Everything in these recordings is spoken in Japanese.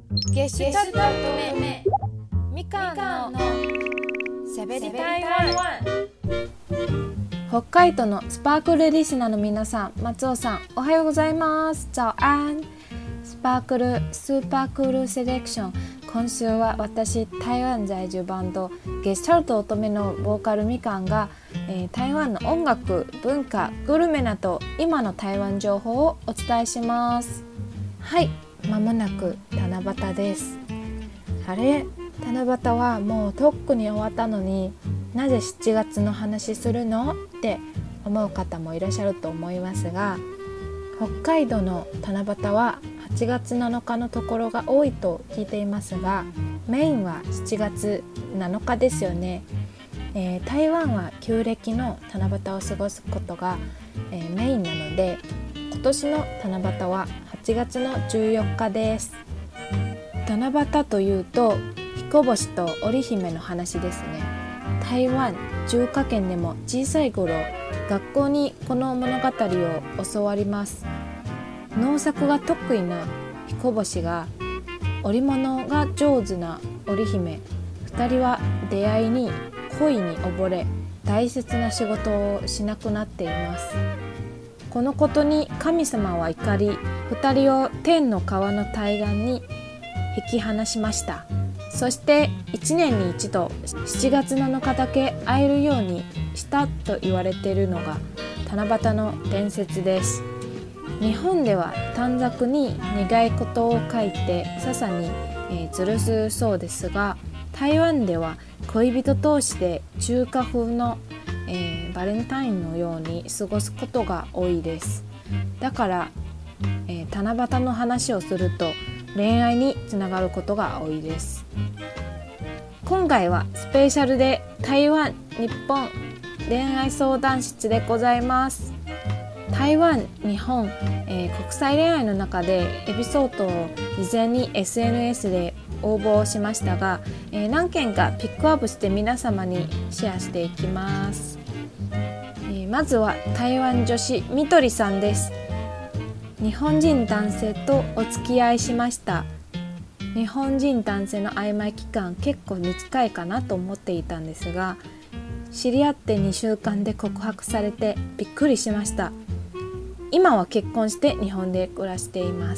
ゲシュタルト目みかんのしゃべり台湾。北海道のスパークルリスナーの皆さん、松尾さんおはようございます。早安。スーパークールセレクション。今週は私台湾在住バンドゲシュタルト乙女のボーカルみかんが、台湾の音楽、文化、グルメなど今の台湾情報をお伝えします。はい、まもなく七夕です。あれ、七夕はもうとっくに終わったのになぜ7月の話するのって思う方もいらっしゃると思いますが、北海道の七夕は8月7日のところが多いと聞いていますが、メインは7月7日ですよね。台湾は旧暦の七夕を過ごすことが、メインなので、今年の七夕は8月の14日です。七夕というと彦星と織姫の話ですね。台湾中華圏でも小さい頃、学校にこの物語を教わります。農作が得意な彦星が織物が上手な織姫、2人は出会いに恋に溺れ、大切な仕事をしなくなっています。このことに神様は怒り、2人を天の川の対岸に引き離しました。そして1年に一度7月7日だけ会えるようにしたと言われているのが七夕の伝説です。日本では短冊に願い事を書いて笹に、吊るすそうですが、台湾では恋人同士で中華風の、バレンタインのように過ごすことが多いです。だから、七夕の話をすると恋愛につながることが多いです。今回はスペシャルで台湾、日本恋愛相談室でございます。台湾、日本、国際恋愛の中でエピソードを事前に SNS で応募しましたが、何件かピックアップして皆様にシェアしていきます。まずは台湾女子みどりさんです。日本人男性とお付き合いしました。日本人男性の曖昧期間結構短いかなと思っていたんですが、知り合って2週間で告白されてびっくりしました。今は結婚して日本で暮らしています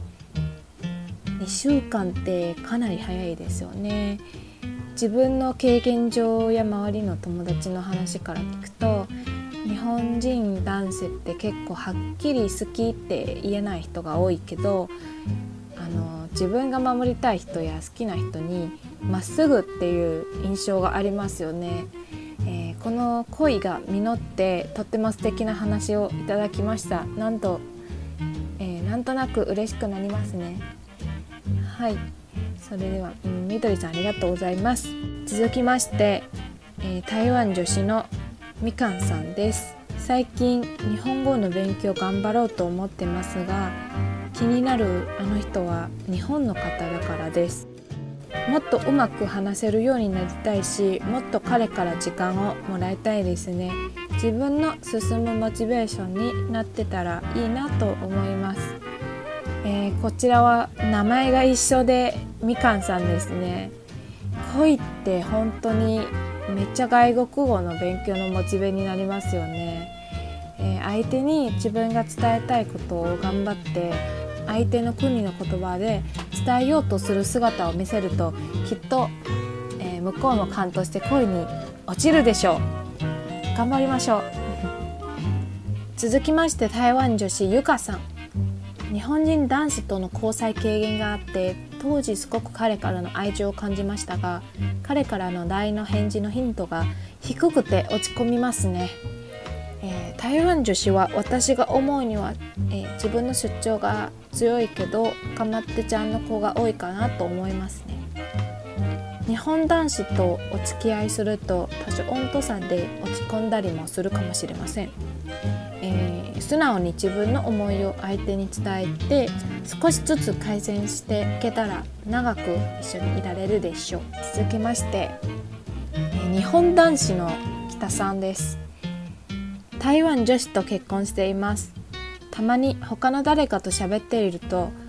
。2週間ってかなり早いですよね。自分の経験上や周りの友達の話から聞くと、日本人男性って結構はっきり好きって言えない人が多いけど、自分が守りたい人や好きな人にまっすぐっていう印象がありますよね。この恋が実ってとっても素敵な話をいただきました。なんとなく嬉しくなりますね。はい、それでは、みどりさんありがとうございます。続きまして、台湾女子のみかんさんです。最近日本語の勉強頑張ろうと思ってますが、気になるあの人は日本の方だからです。もっとうまく話せるようになりたいし、もっと彼から時間をもらいたいですね。自分の進むモチベーションになってたらいいなと思います。こちらは名前が一緒でみかんさんですね。恋って本当にめっちゃ外国語の勉強のモチベになりますよね。相手に自分が伝えたいことを頑張って相手の国の言葉で伝えようとする姿を見せると、きっと、向こうも感動して恋に落ちるでしょう。頑張りましょう。続きまして台湾女子ゆかさん。日本人男子との交際経験があって、当時すごく彼からの愛情を感じましたが、彼からの LINE の返事の頻度が低くて落ち込みますね。台湾女子は私が思うには、自分の主張が強いけどかまってちゃんの子が多いかなと思いますね。日本男子とお付き合いすると多少温度差で落ち込んだりもするかもしれません。素直に自分の思いを相手に伝えて少しずつ改善していけたら長く一緒にいられるでしょう。続きまして、日本男子の北さんです。台湾女子と結婚しています。たまに他の誰かと喋っていると、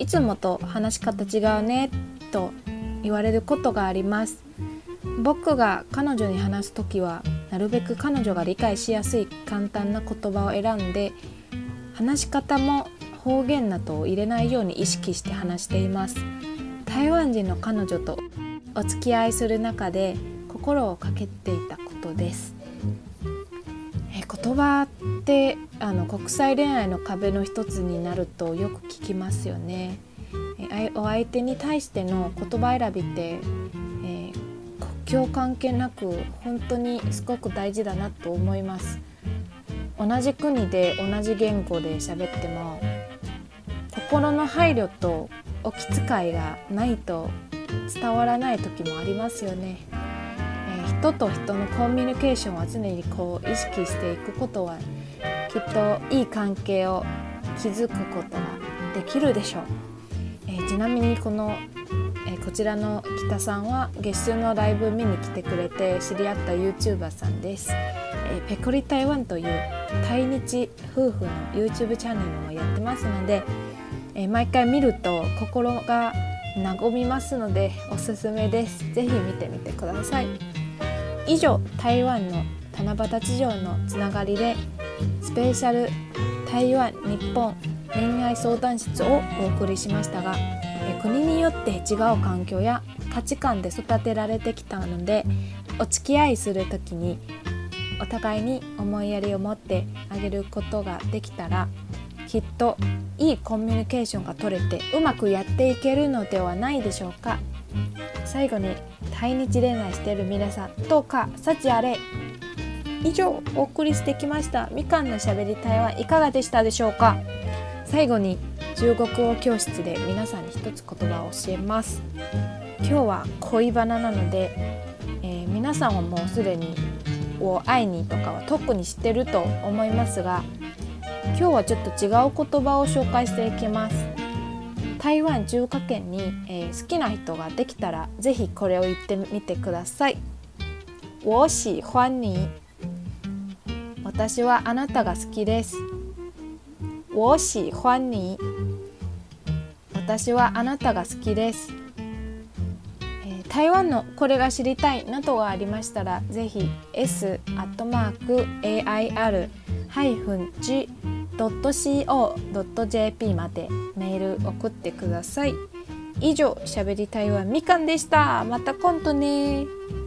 いつもと話し方違うねと言われることがあります。僕が彼女に話すときはなるべく彼女が理解しやすい簡単な言葉を選んで、話し方も方言などを入れないように意識して話しています。台湾人の彼女とお付き合いする中で心をかけていたことです。言葉って国際恋愛の壁の一つになるとよく聞きますよね。お相手に対しての言葉選びって、国境関係なく本当にすごく大事だなと思います。同じ国で同じ言語で喋っても心の配慮とお気遣いがないと伝わらない時もありますよね。人と人のコミュニケーションは常に意識していくことはきっといい関係を築くことができるでしょう。ちなみにこちらの北さんは月収のライブ見に来てくれて知り合った YouTuber さんです。ペコリ台湾という対日夫婦の YouTube チャンネルもやってますので、毎回見ると心が和みますのでおすすめです。ぜひ見てみてください。以上、台湾の七夕地上のつながりでスペシャル台湾日本恋愛相談室をお送りしましたが、国によって違う環境や価値観で育てられてきたので、お付き合いするときにお互いに思いやりを持ってあげることができたら、きっといいコミュニケーションが取れてうまくやっていけるのではないでしょうか。最後に対日恋愛している皆さん、どうか幸あれ。以上お送りしてきましたみかんのしゃべり台湾、いかがでしたでしょうか。最後に中国語教室で皆さんに一つ言葉を教えます。今日は恋バナなので、皆さんはもうすでにを愛にとかは特に知ってると思いますが、今日はちょっと違う言葉を紹介していきます。台湾中華圏に、好きな人ができたらぜひこれを言ってみてください。我喜欢你。私はあなたが好きです。我喜欢你。私はあなたが好きです。台湾のこれが知りたいなどがありましたら、ぜひ s@air-g.co.jp までメール送ってください。以上、しゃべり台湾みかんでした。また今度ね。